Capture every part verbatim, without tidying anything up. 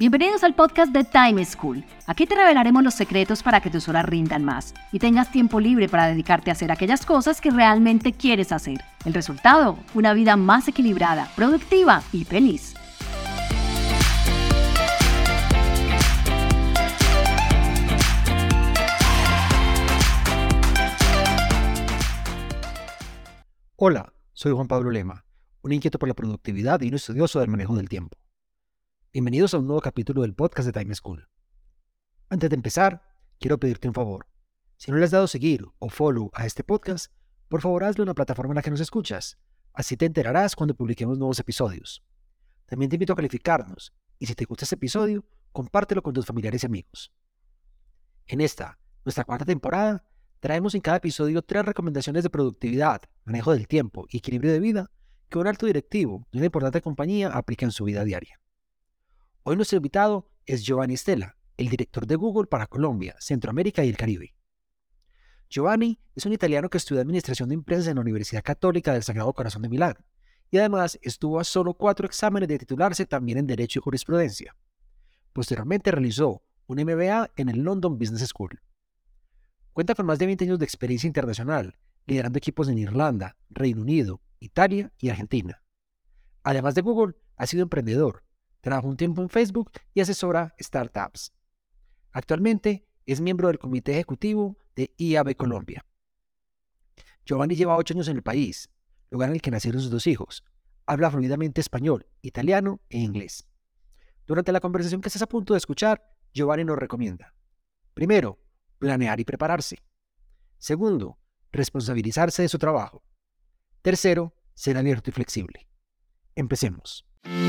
Bienvenidos al podcast de Time School. Aquí te revelaremos los secretos para que tus horas rindan más y tengas tiempo libre para dedicarte a hacer aquellas cosas que realmente quieres hacer. El resultado, una vida más equilibrada, productiva y feliz. Hola, soy Juan Pablo Lema, un inquieto por la productividad y un estudioso del manejo del tiempo. Bienvenidos a un nuevo capítulo del podcast de Time School. Antes de empezar, quiero pedirte un favor. Si no le has dado seguir o follow a este podcast, por favor hazlo en la plataforma en la que nos escuchas. Así te enterarás cuando publiquemos nuevos episodios. También te invito a calificarnos y si te gusta este episodio, compártelo con tus familiares y amigos. En esta, nuestra cuarta temporada, traemos en cada episodio tres recomendaciones de productividad, manejo del tiempo y equilibrio de vida que un alto directivo de una importante compañía aplica en su vida diaria. Hoy nuestro invitado es Giovanni Stella, el director de Google para Colombia, Centroamérica y el Caribe. Giovanni es un italiano que estudió Administración de Empresas en la Universidad Católica del Sagrado Corazón de Milán y además estuvo a solo cuatro exámenes de titularse también en Derecho y Jurisprudencia. Posteriormente realizó un M B A en el London Business School. Cuenta con más de veinte años de experiencia internacional, liderando equipos en Irlanda, Reino Unido, Italia y Argentina. Además de Google, ha sido emprendedor. Trabajó un tiempo en Facebook y asesora startups. Actualmente es miembro del comité ejecutivo de I A B Colombia. Giovanni lleva ocho años en el país, lugar en el que nacieron sus dos hijos. Habla fluidamente español, italiano e inglés. Durante la conversación que estás a punto de escuchar, Giovanni nos recomienda: primero, planear y prepararse. Segundo, responsabilizarse de su trabajo. Tercero, ser abierto y flexible. Empecemos.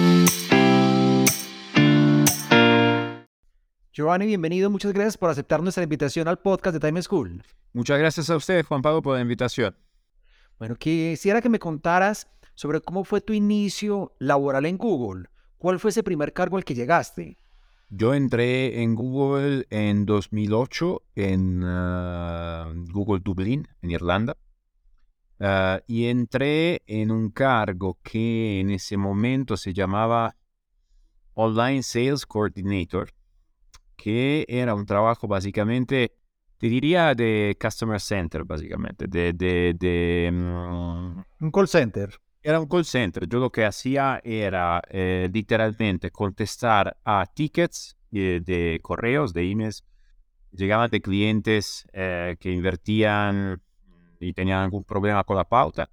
Giovanni, bienvenido. Muchas gracias por aceptar nuestra invitación al podcast de Time School. Muchas gracias a usted, Juan Pablo, por la invitación. Bueno, quisiera que me contaras sobre cómo fue tu inicio laboral en Google. ¿Cuál fue ese primer cargo al que llegaste? Yo entré en Google en dos mil ocho, en uh, Google Dublín, en Irlanda. Uh, y entré en un cargo que en ese momento se llamaba Online Sales Coordinator, que era un trabajo básicamente, te diría, de Customer Center, básicamente, de... de, de um, un call center. Era un call center. Yo lo que hacía era eh, literalmente contestar a tickets eh, de correos, de emails. Llegaban de clientes eh, que invertían y tenían algún problema con la pauta.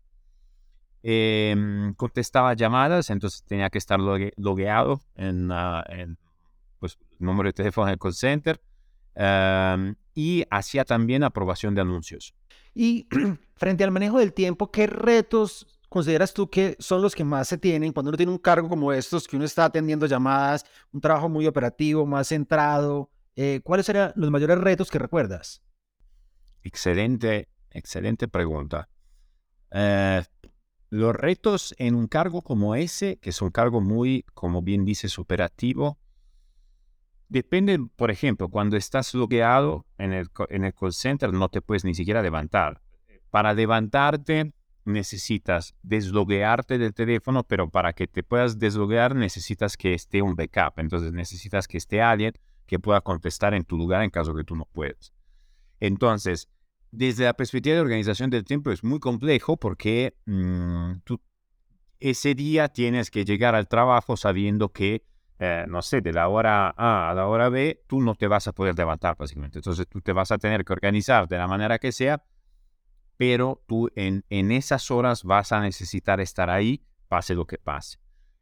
Eh, contestaba llamadas, entonces tenía que estar logue- logueado en, uh, en pues, el número de teléfono del call center. Um, y hacía también aprobación de anuncios. Y frente al manejo del tiempo, ¿qué retos consideras tú que son los que más se tienen cuando uno tiene un cargo como estos, que uno está atendiendo llamadas, un trabajo muy operativo, más centrado? Eh, ¿Cuáles serían los mayores retos que recuerdas? Excelente, excelente pregunta. Eh, los retos en un cargo como ese, que es un cargo muy, como bien dices, operativo, dependen, por ejemplo, cuando estás logueado en el, en el call center, no te puedes ni siquiera levantar. Para levantarte, necesitas desloguearte del teléfono, pero para que te puedas desloguear necesitas que esté un backup. Entonces necesitas que esté alguien que pueda contestar en tu lugar en caso que tú no puedas. Entonces, desde la perspectiva de organización del tiempo es muy complejo porque mmm, tú ese día tienes que llegar al trabajo sabiendo que, eh, no sé, de la hora A a la hora B, tú no te vas a poder levantar básicamente. Entonces tú te vas a tener que organizar de la manera que sea, pero tú en, en esas horas vas a necesitar estar ahí, pase lo que pase.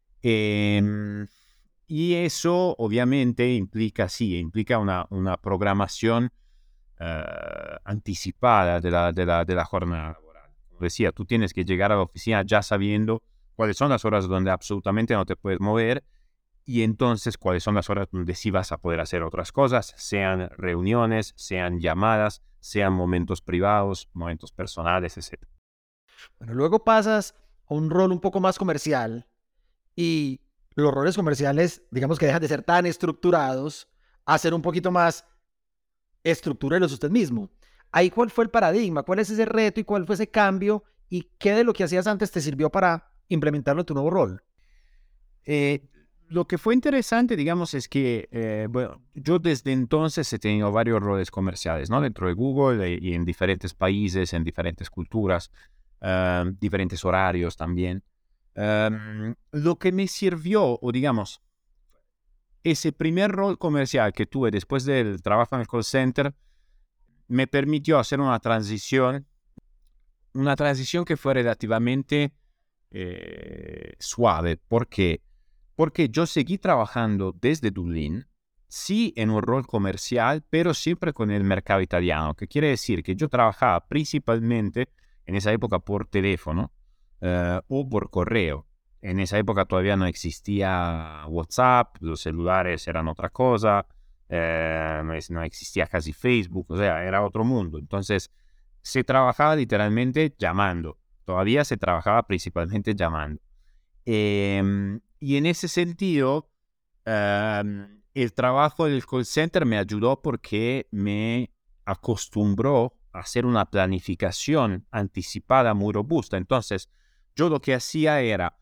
Eh, y eso obviamente implica, sí, implica una, una programación uh, anticipada de la, de, la, de la jornada laboral. Como decía, tú tienes que llegar a la oficina ya sabiendo cuáles son las horas donde absolutamente no te puedes mover y entonces cuáles son las horas donde sí vas a poder hacer otras cosas, sean reuniones, sean llamadas, sean momentos privados, momentos personales, etcétera. Bueno, luego pasas a un rol un poco más comercial y los roles comerciales, digamos que dejan de ser tan estructurados a ser un poquito más estructúrelos usted mismo. Ahí, ¿cuál fue el paradigma? ¿Cuál es ese reto y cuál fue ese cambio? ¿Y qué de lo que hacías antes te sirvió para implementarlo en tu nuevo rol? Eh, lo que fue interesante, digamos, es que eh, bueno, yo desde entonces he tenido varios roles comerciales, ¿no? Dentro de Google y, y en diferentes países, en diferentes culturas, eh, diferentes horarios también. Um, lo que me sirvió, o digamos, ese primer rol comercial que tuve después del trabajo en el call center, me permitió hacer una transición, una transición que fue relativamente eh, suave. ¿Por qué? Porque yo seguí trabajando desde Dublín, sí en un rol comercial, pero siempre con el mercado italiano, que quiere decir que yo trabajaba principalmente en esa época por teléfono uh, o por correo. En esa época todavía no existía WhatsApp, los celulares eran otra cosa, eh, no, es, no existía casi Facebook, o sea, era otro mundo. Entonces, se trabajaba literalmente llamando. Todavía se trabajaba principalmente llamando. Eh, y en ese sentido, eh, el trabajo del call center me ayudó porque me acostumbró a hacer una planificación anticipada muy robusta. Entonces, yo lo que hacía era,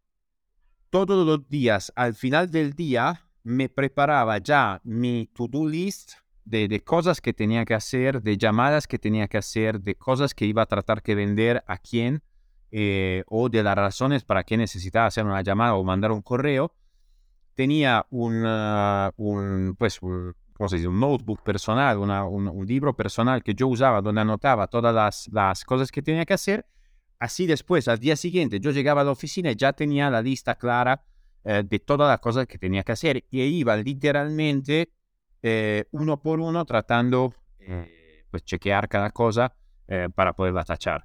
todos los días, al final del día, me preparaba ya mi to-do list de, de cosas que tenía que hacer, de llamadas que tenía que hacer, de cosas que iba a tratar que vender a quién, eh, o de las razones para qué necesitaba hacer una llamada o mandar un correo. Tenía un, uh, un, pues, un, ¿cómo se dice? Un notebook personal, una, un, un libro personal que yo usaba donde anotaba todas las, las cosas que tenía que hacer. Así después, al día siguiente, yo llegaba a la oficina y ya tenía la lista clara eh, de todas las cosas que tenía que hacer. Y iba literalmente eh, uno por uno tratando eh, pues chequear cada cosa eh, para poderla tachar.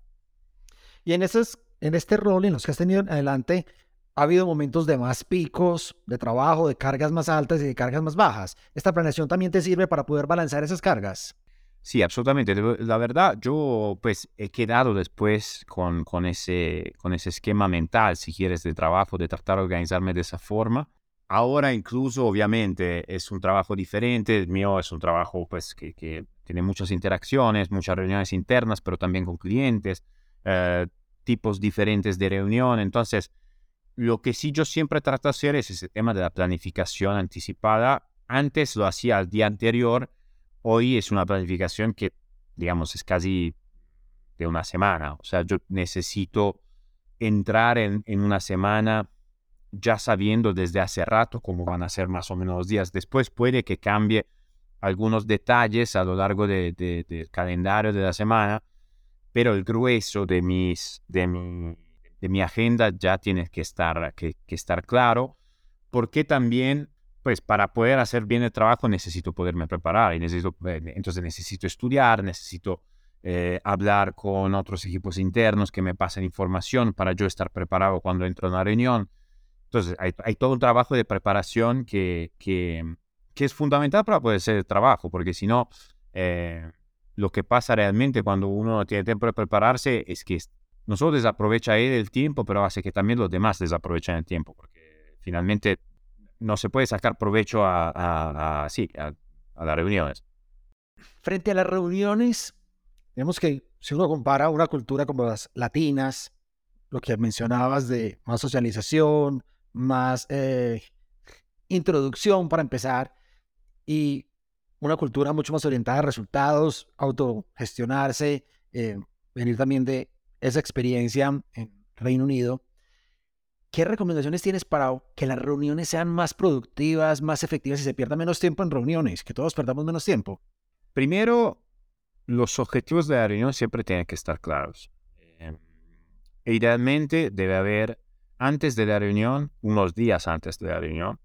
Y en, esos, en este rol, en los que has tenido en adelante, ha habido momentos de más picos de trabajo, de cargas más altas y de cargas más bajas. ¿Esta planeación también te sirve para poder balancear esas cargas? Sí, absolutamente. La verdad, yo pues he quedado después con, con, ese, con ese esquema mental, si quieres, de trabajo, de tratar de organizarme de esa forma. Ahora incluso, obviamente, es un trabajo diferente. El mío es un trabajo pues que, que tiene muchas interacciones, muchas reuniones internas, pero también con clientes, eh, tipos diferentes de reunión. Entonces, lo que sí yo siempre trato de hacer es ese tema de la planificación anticipada. Antes lo hacía al día anterior. Hoy es una planificación que, digamos, es casi de una semana. O sea, yo necesito entrar en, en una semana ya sabiendo desde hace rato cómo van a ser más o menos los días. Después puede que cambie algunos detalles a lo largo de, de, del calendario de la semana, pero el grueso de, mis, de, mi, de mi agenda ya tiene que estar, que, que estar claro, porque también... pues para poder hacer bien el trabajo necesito poderme preparar y necesito, entonces necesito estudiar, necesito eh, hablar con otros equipos internos que me pasen información para yo estar preparado cuando entro en una reunión. Entonces hay, hay todo un trabajo de preparación que, que, que es fundamental para poder hacer el trabajo, porque si no, eh, lo que pasa realmente cuando uno no tiene tiempo de prepararse es que no solo desaprovecha él el tiempo, pero hace que también los demás desaprovechen el tiempo, porque finalmente no se puede sacar provecho a, a, a, sí, a, a las reuniones. Frente a las reuniones, vemos que si uno compara una cultura como las latinas, lo que mencionabas de más socialización, más eh, introducción para empezar, y una cultura mucho más orientada a resultados, autogestionarse, eh, venir también de esa experiencia en Reino Unido. ¿Qué recomendaciones tienes para que las reuniones sean más productivas, más efectivas y se pierda menos tiempo en reuniones? Que todos perdamos menos tiempo. Primero, los objetivos de la reunión siempre tienen que estar claros. Eh, idealmente debe haber, antes de la reunión, unos días antes de la reunión,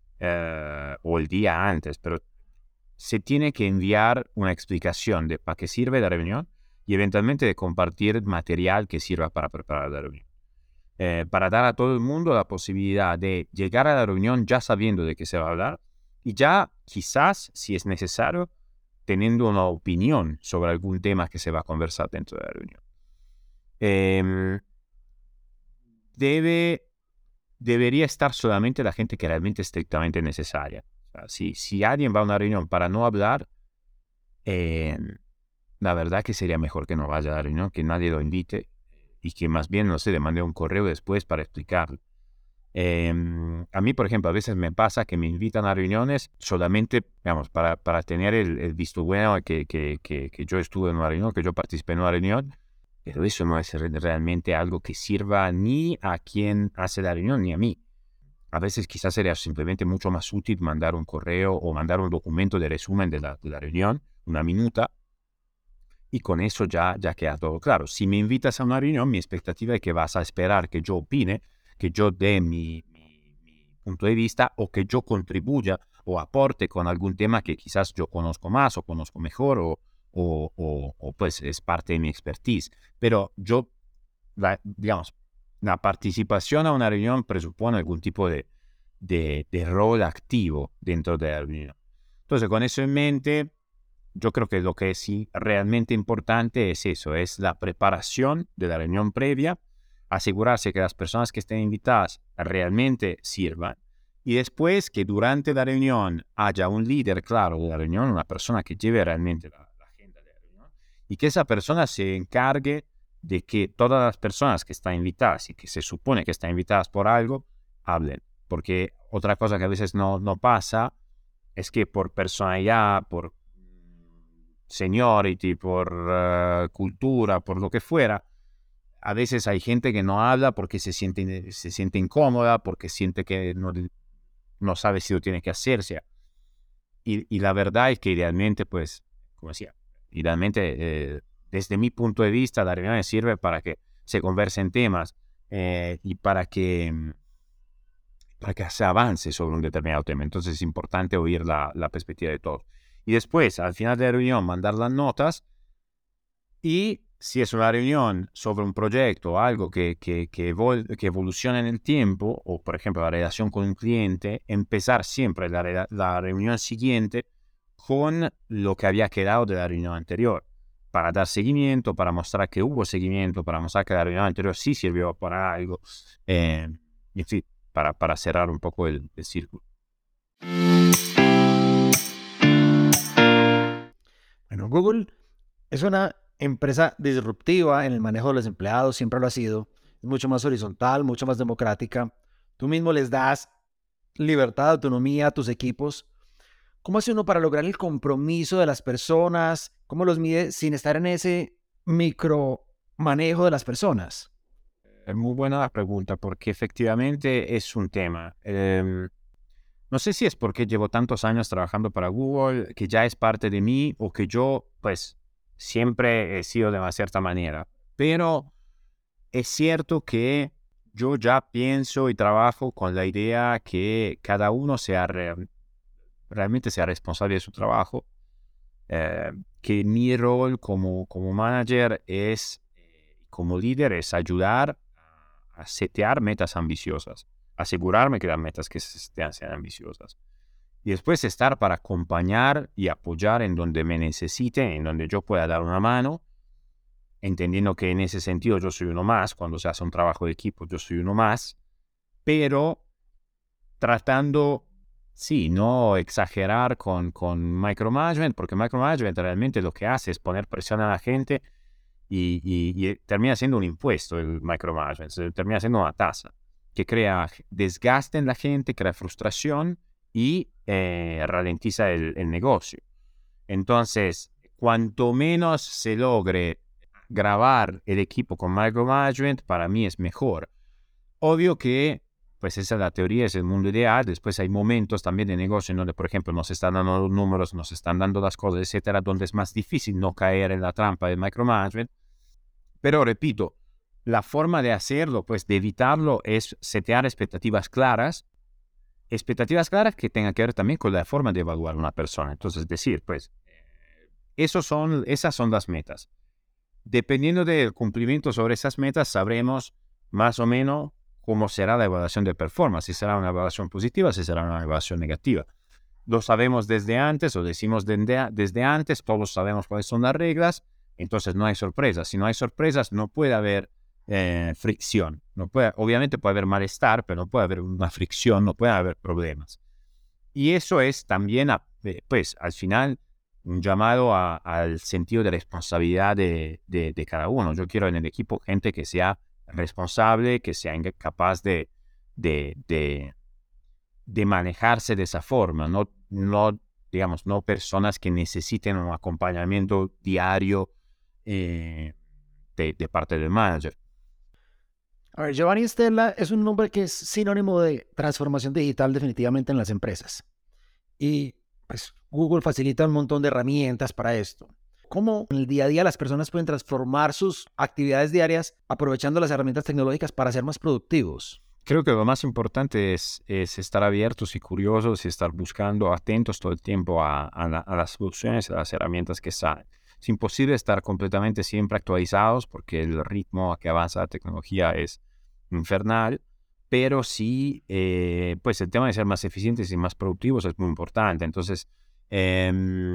eh, o el día antes, pero se tiene que enviar una explicación de para qué sirve la reunión y eventualmente de compartir material que sirva para preparar la reunión. Eh, para dar a todo el mundo la posibilidad de llegar a la reunión ya sabiendo de qué se va a hablar y ya quizás, si es necesario, teniendo una opinión sobre algún tema que se va a conversar dentro de la reunión. Eh, debe, debería estar solamente la gente que realmente es estrictamente necesaria. O sea, si, si alguien va a una reunión para no hablar, eh, la verdad que sería mejor que no vaya a la reunión, que nadie lo invite y que más bien, no sé, le mande un correo después para explicarlo. Eh, a mí, por ejemplo, a veces me pasa que me invitan a reuniones solamente, digamos, para, para tener el, el visto bueno que, que, que, que yo estuve en una reunión, que yo participé en una reunión, pero eso no es re- realmente algo que sirva ni a quien hace la reunión ni a mí. A veces quizás sería simplemente mucho más útil mandar un correo o mandar un documento de resumen de la, de la reunión, una minuta, y con eso ya, ya queda todo claro. Si me invitas a una reunión, mi expectativa es que vas a esperar que yo opine, que yo dé mi, mi, mi punto de vista o que yo contribuya o aporte con algún tema que quizás yo conozco más o conozco mejor o, o, o, o pues es parte de mi expertise. Pero yo, la, digamos, la participación a una reunión presupone algún tipo de, de, de rol activo dentro de la reunión. Entonces, con eso en mente, yo creo que lo que es sí realmente importante es eso, es la preparación de la reunión previa, asegurarse que las personas que estén invitadas realmente sirvan y después que durante la reunión haya un líder claro de la reunión, una persona que lleve realmente la, la agenda de la reunión y que esa persona se encargue de que todas las personas que están invitadas y que se supone que están invitadas por algo, hablen. Porque otra cosa que a veces no, no pasa es que por personalidad, por seniority, por uh, cultura, por lo que fuera, a veces hay gente que no habla porque se siente, se siente incómoda, porque siente que no, no sabe si lo tiene que hacerse. Y, y la verdad es que idealmente, pues, como decía, idealmente, eh, desde mi punto de vista, la reunión sirve para que se conversen temas eh, y para que, para que se avance sobre un determinado tema. Entonces es importante oír la, la perspectiva de todos. Y después, al final de la reunión, mandar las notas. Y si es una reunión sobre un proyecto o algo que, que, que, evol que evoluciona en el tiempo, o por ejemplo la relación con un cliente, empezar siempre la, la reunión siguiente con lo que había quedado de la reunión anterior, para dar seguimiento, para mostrar que hubo seguimiento, para mostrar que la reunión anterior sí sirvió para algo, eh, y en fin, para, para cerrar un poco el, el círculo. Bueno, Google es una empresa disruptiva en el manejo de los empleados, siempre lo ha sido. Es mucho más horizontal, mucho más democrática. Tú mismo les das libertad, autonomía a tus equipos. ¿Cómo hace uno para lograr el compromiso de las personas? ¿Cómo los mide sin estar en ese micromanejo de las personas? Es muy buena la pregunta porque efectivamente es un tema. Eh, no sé si es porque llevo tantos años trabajando para Google, que ya es parte de mí o que yo, pues, siempre he sido de una cierta manera. Pero es cierto que yo ya pienso y trabajo con la idea que cada uno sea re realmente sea responsable de su trabajo, eh, que mi rol como, como manager es, eh, como líder, es ayudar a setear metas ambiciosas, asegurarme que las metas que se setean sean ambiciosas. Y después estar para acompañar y apoyar en donde me necesite, en donde yo pueda dar una mano, entendiendo que en ese sentido yo soy uno más, cuando se hace un trabajo de equipo yo soy uno más, pero tratando, sí, no exagerar con, con micromanagement, porque micromanagement realmente lo que hace es poner presión a la gente y, y, y termina siendo un impuesto el micromanagement, se termina siendo una tasa que crea desgaste en la gente, crea frustración y eh, ralentiza el, el negocio. Entonces, cuanto menos se logre grabar el equipo con micromanagement, para mí es mejor. Obvio que, pues esa es la teoría, es el mundo ideal. Después hay momentos también de negocio en donde, por ejemplo, nos están dando los números, nos están dando las cosas, etcétera, donde es más difícil no caer en la trampa del micromanagement. Pero repito, la forma de hacerlo, pues de evitarlo, es setear expectativas claras, expectativas claras que tengan que ver también con la forma de evaluar a una persona. Entonces, decir, pues, esos son, esas son las metas. Dependiendo del cumplimiento sobre esas metas, sabremos más o menos cómo será la evaluación de performance, si será una evaluación positiva, si será una evaluación negativa. Lo sabemos desde antes, o decimos desde, desde antes, todos sabemos cuáles son las reglas, entonces no hay sorpresas. Si no hay sorpresas, no puede haber eh, fricción. No puede, obviamente puede haber malestar, pero no puede haber una fricción, no puede haber problemas. Y eso es también, a, pues, al final, un llamado a, al sentido de responsabilidad de, de, de cada uno. Yo quiero en el equipo gente que sea responsable, que sea capaz de, de, de, de manejarse de esa forma, no, no, digamos, no personas que necesiten un acompañamiento diario eh, de, de parte del manager. A ver, Giovanni Stella es un nombre que es sinónimo de transformación digital definitivamente en las empresas. Y pues Google facilita un montón de herramientas para esto. ¿Cómo en el día a día las personas pueden transformar sus actividades diarias aprovechando las herramientas tecnológicas para ser más productivos? Creo que lo más importante es, es estar abiertos y curiosos y estar buscando, atentos todo el tiempo a, a, la, a las soluciones, a las herramientas que salen. Es imposible estar completamente siempre actualizados porque el ritmo a que avanza la tecnología es infernal, pero sí, eh, pues el tema de ser más eficientes y más productivos es muy importante. Entonces, eh,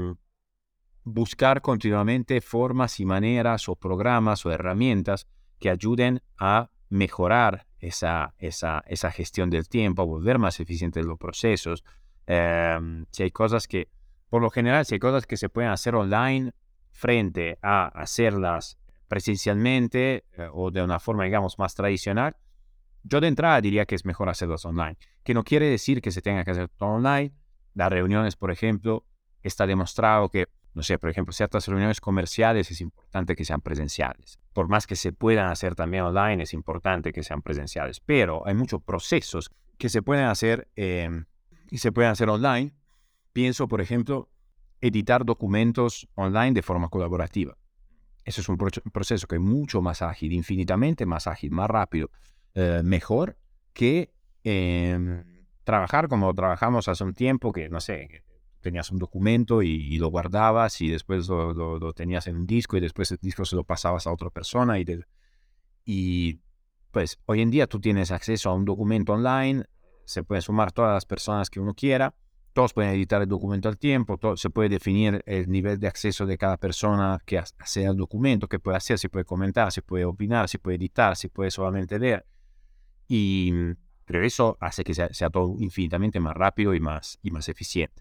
buscar continuamente formas y maneras o programas o herramientas que ayuden a mejorar esa, esa, esa gestión del tiempo, a volver más eficientes los procesos. Eh, si hay cosas que, por lo general, si hay cosas que se pueden hacer online frente a hacerlas presencialmente eh, o de una forma, digamos, más tradicional, yo de entrada diría que es mejor hacerlas online. Que no quiere decir que se tenga que hacer todo online. Las reuniones, por ejemplo, está demostrado que, no sé, por ejemplo, ciertas reuniones comerciales es importante que sean presenciales. Por más que se puedan hacer también online, es importante que sean presenciales. Pero hay muchos procesos que se pueden hacer eh, y se pueden hacer online. Pienso, por ejemplo, editar documentos online de forma colaborativa. Eso es un pro- proceso que es mucho más ágil, infinitamente más ágil, más rápido, eh, mejor que eh, trabajar como trabajamos hace un tiempo, que no sé, tenías un documento y, y lo guardabas y después lo, lo, lo tenías en un disco y después el disco se lo pasabas a otra persona y, de, y pues hoy en día tú tienes acceso a un documento online, se pueden sumar todas las personas que uno quiera, todos pueden editar el documento al tiempo, todo, se puede definir el nivel de acceso de cada persona que hace el documento, qué puede hacer, si puede comentar, si puede opinar, si puede editar, si puede solamente leer. Y pero eso hace que sea, sea todo infinitamente más rápido y más, y más eficiente.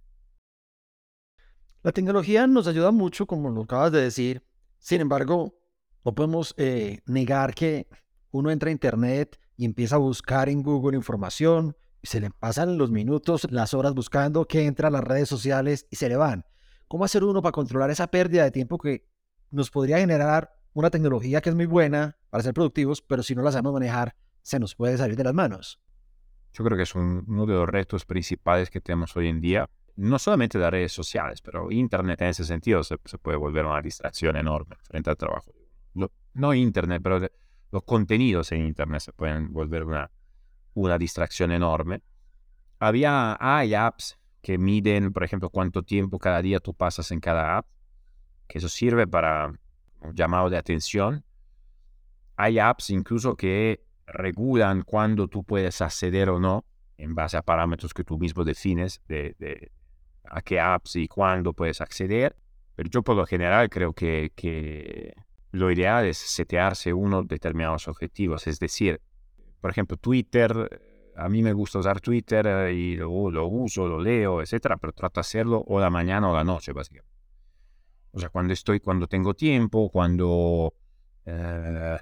La tecnología nos ayuda mucho, como lo acabas de decir. Sin embargo, no podemos eh, negar que uno entra a Internet y empieza a buscar en Google información y se le pasan los minutos, las horas buscando, que entra a las redes sociales y se le van. ¿Cómo hacer uno para controlar esa pérdida de tiempo que nos podría generar una tecnología que es muy buena para ser productivos, pero si no la sabemos manejar, se nos puede salir de las manos? Yo creo que es un, uno de los retos principales que tenemos hoy en día. No solamente las redes sociales, pero Internet en ese sentido se, se puede volver una distracción enorme frente al trabajo. Lo, no Internet, pero de, los contenidos en Internet se pueden volver una, una distracción enorme. Había, hay apps que miden, por ejemplo, cuánto tiempo cada día tú pasas en cada app, que eso sirve para un llamado de atención. Hay apps incluso que regulan cuándo tú puedes acceder o no, en base a parámetros que tú mismo defines de, de a qué apps y cuándo puedes acceder. Pero yo por lo general creo que, que lo ideal es setearse unos determinados objetivos. Es decir, por ejemplo, Twitter, a mí me gusta usar Twitter eh, y lo, lo uso, lo leo, etcétera, pero trato de hacerlo o la mañana o la noche, básicamente. O sea, cuando estoy, cuando tengo tiempo, cuando eh,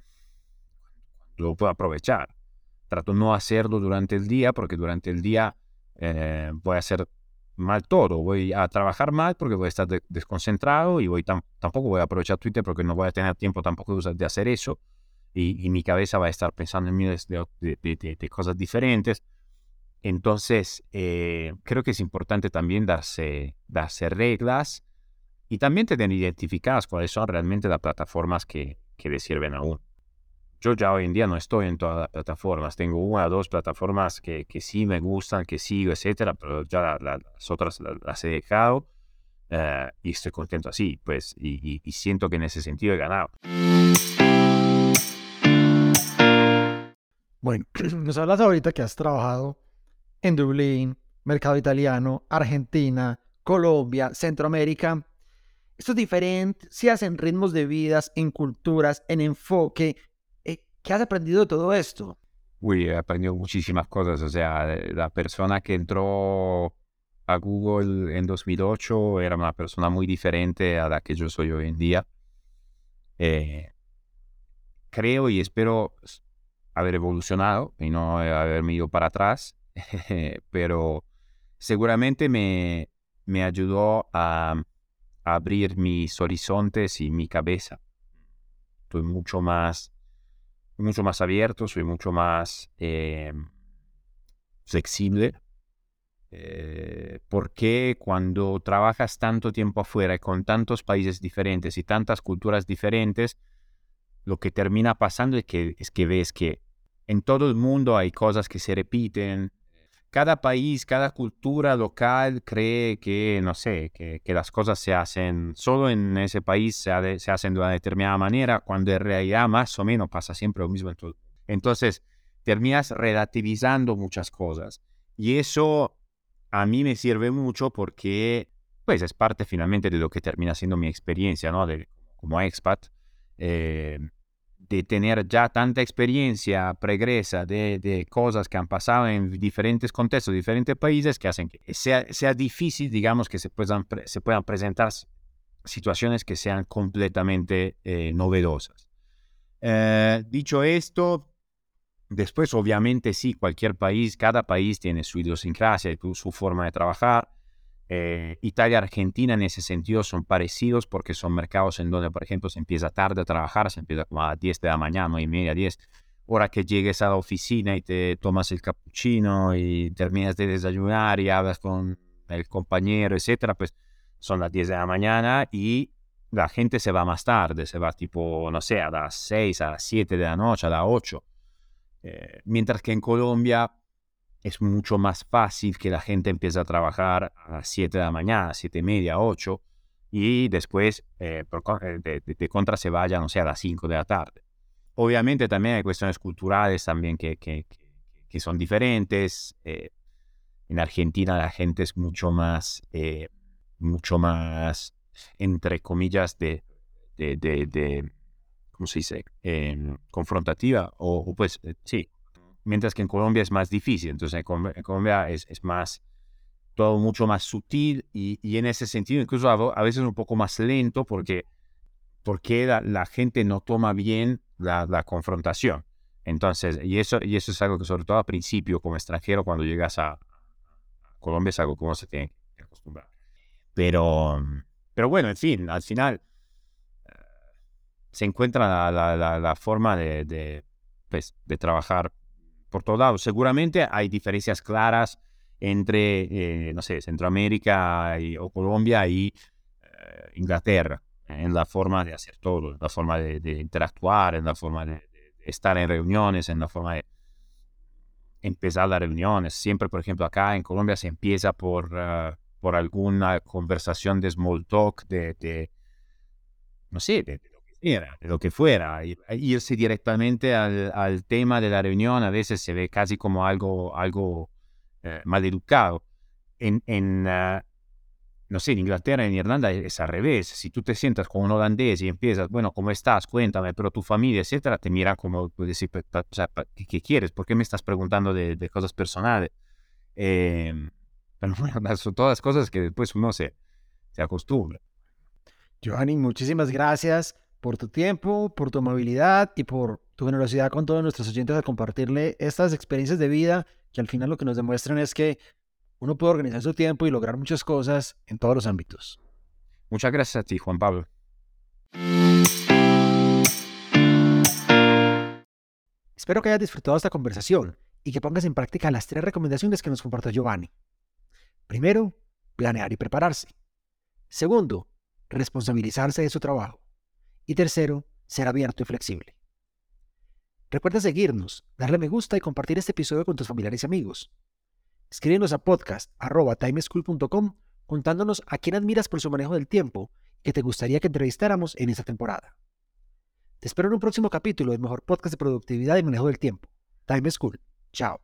lo puedo aprovechar. Trato no hacerlo durante el día porque durante el día eh, voy a hacer mal todo. Voy a trabajar mal porque voy a estar de- desconcentrado y voy tam- tampoco voy a aprovechar Twitter porque no voy a tener tiempo tampoco de, usar- de hacer eso. Y, y mi cabeza va a estar pensando en miles de, de- de- de- de cosas diferentes. Entonces, eh, creo que es importante también darse, darse reglas y también tener identificadas cuáles son realmente las plataformas que, que le sirven a uno. Yo ya hoy en día no estoy en todas las plataformas. Tengo una o dos plataformas que, que sí me gustan, que sigo, etcétera, pero ya la- la- las otras la- las he dejado eh, y estoy contento así, pues, y, y- y siento que en ese sentido he ganado. Bueno, nos hablas ahorita que has trabajado en Dublín, mercado italiano, Argentina, Colombia, Centroamérica. Estos diferencias en ritmos de vidas, en culturas, en enfoque. eh, ¿Qué has aprendido de todo esto? Uy, he aprendido muchísimas cosas. O sea, eh, la persona que entró a Google en dos mil ocho era una persona muy diferente a la que yo soy hoy en día. Eh, creo y espero haber evolucionado y no haberme ido para atrás, pero seguramente me, me ayudó a, a abrir mis horizontes y mi cabeza. Estoy mucho más, mucho más abierto, soy mucho más eh, flexible. Eh, porque cuando trabajas tanto tiempo afuera y con tantos países diferentes y tantas culturas diferentes, lo que termina pasando es que, es que ves que en todo el mundo hay cosas que se repiten. Cada país, cada cultura local cree que, no sé, que, que las cosas se hacen solo en ese país, se, ha, se hacen de una determinada manera, cuando en realidad más o menos pasa siempre lo mismo en todo. Entonces, terminas relativizando muchas cosas. Y eso a mí me sirve mucho porque, pues, es parte finalmente de lo que termina siendo mi experiencia, ¿no? De, como expat. Eh, de tener ya tanta experiencia pregresa de, de cosas que han pasado en diferentes contextos, diferentes países, que hacen que sea, sea difícil, digamos, que se puedan, se puedan presentar situaciones que sean completamente eh, novedosas. Eh, dicho esto, después obviamente sí, cualquier país, cada país tiene su idiosincrasia, su forma de trabajar. Eh, Italia y Argentina en ese sentido son parecidos porque son mercados en donde, por ejemplo, se empieza tarde a trabajar, se empieza como a las diez de la mañana, nueve y media, diez. Hora que llegues a la oficina y te tomas el cappuccino y terminas de desayunar y hablas con el compañero, etcétera, pues son las diez de la mañana y la gente se va más tarde, se va tipo, no sé, a las seis, a las siete de la noche, a las ocho. Eh, mientras que en Colombia es mucho más fácil que la gente empiece a trabajar a las siete de la mañana, siete y media, ocho, y después eh, por, de, de, de contra se vaya, no sé, a las cinco de la tarde. Obviamente también hay cuestiones culturales también que, que, que, que son diferentes. Eh, en Argentina la gente es mucho más, eh, mucho más, entre comillas, de, de, de, de ¿cómo se dice? Eh, confrontativa, o, o pues, eh, sí. Mientras que en Colombia es más difícil. Entonces en Colombia, en Colombia es, es más, todo mucho más sutil y, y en ese sentido incluso a, a veces un poco más lento porque, porque la, la gente no toma bien la, la confrontación. Entonces, y eso, y eso es algo que sobre todo al principio como extranjero cuando llegas a, a Colombia es algo que uno se tiene que acostumbrar. Pero, pero bueno, en fin, al final uh, se encuentra la, la, la, la forma de, de, pues, de trabajar por todos lados. Seguramente hay diferencias claras entre, eh, no sé, Centroamérica y, o Colombia y eh, Inglaterra, en la forma de hacer todo, en la forma de, de interactuar, en la forma de, de estar en reuniones, en la forma de empezar las reuniones. Siempre, por ejemplo, acá en Colombia se empieza por, uh, por alguna conversación de small talk, de, de no sé, de, de Era, de lo que fuera, irse directamente al, al tema de la reunión a veces se ve casi como algo, algo eh, maleducado. En, en uh, no sé, en Inglaterra, en Irlanda es al revés. Si tú te sientas con un holandés y empiezas, bueno, ¿cómo estás? Cuéntame, pero tu familia, etcétera, te miran como, pues, decir, o sea, ¿qué, ¿qué quieres? ¿Por qué me estás preguntando de, de cosas personales? Eh, pero bueno, son todas cosas que después uno se, se acostumbra. Giovanni, muchísimas gracias por tu tiempo, por tu amabilidad y por tu generosidad con todos nuestros oyentes al compartirle estas experiencias de vida que al final lo que nos demuestran es que uno puede organizar su tiempo y lograr muchas cosas en todos los ámbitos. Muchas gracias a ti, Juan Pablo. Espero que hayas disfrutado esta conversación y que pongas en práctica las tres recomendaciones que nos compartió Giovanni. Primero, planear y prepararse. Segundo, responsabilizarse de su trabajo. Y tercero, ser abierto y flexible. Recuerda seguirnos, darle me gusta y compartir este episodio con tus familiares y amigos. Escríbenos a podcast arroba timeschool punto com contándonos a quién admiras por su manejo del tiempo y que te gustaría que entrevistáramos en esta temporada. Te espero en un próximo capítulo del mejor podcast de productividad y manejo del tiempo. Time School. Chao.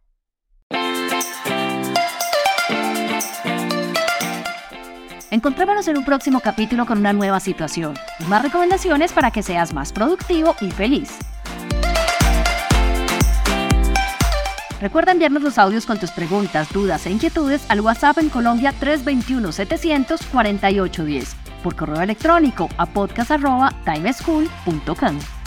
Encontrémonos en un próximo capítulo con una nueva situación y más recomendaciones para que seas más productivo y feliz. Recuerda enviarnos los audios con tus preguntas, dudas e inquietudes al WhatsApp en Colombia tres dos uno, setecientos cuarenta y ocho diez, por correo electrónico a podcast arroba timeschool punto com.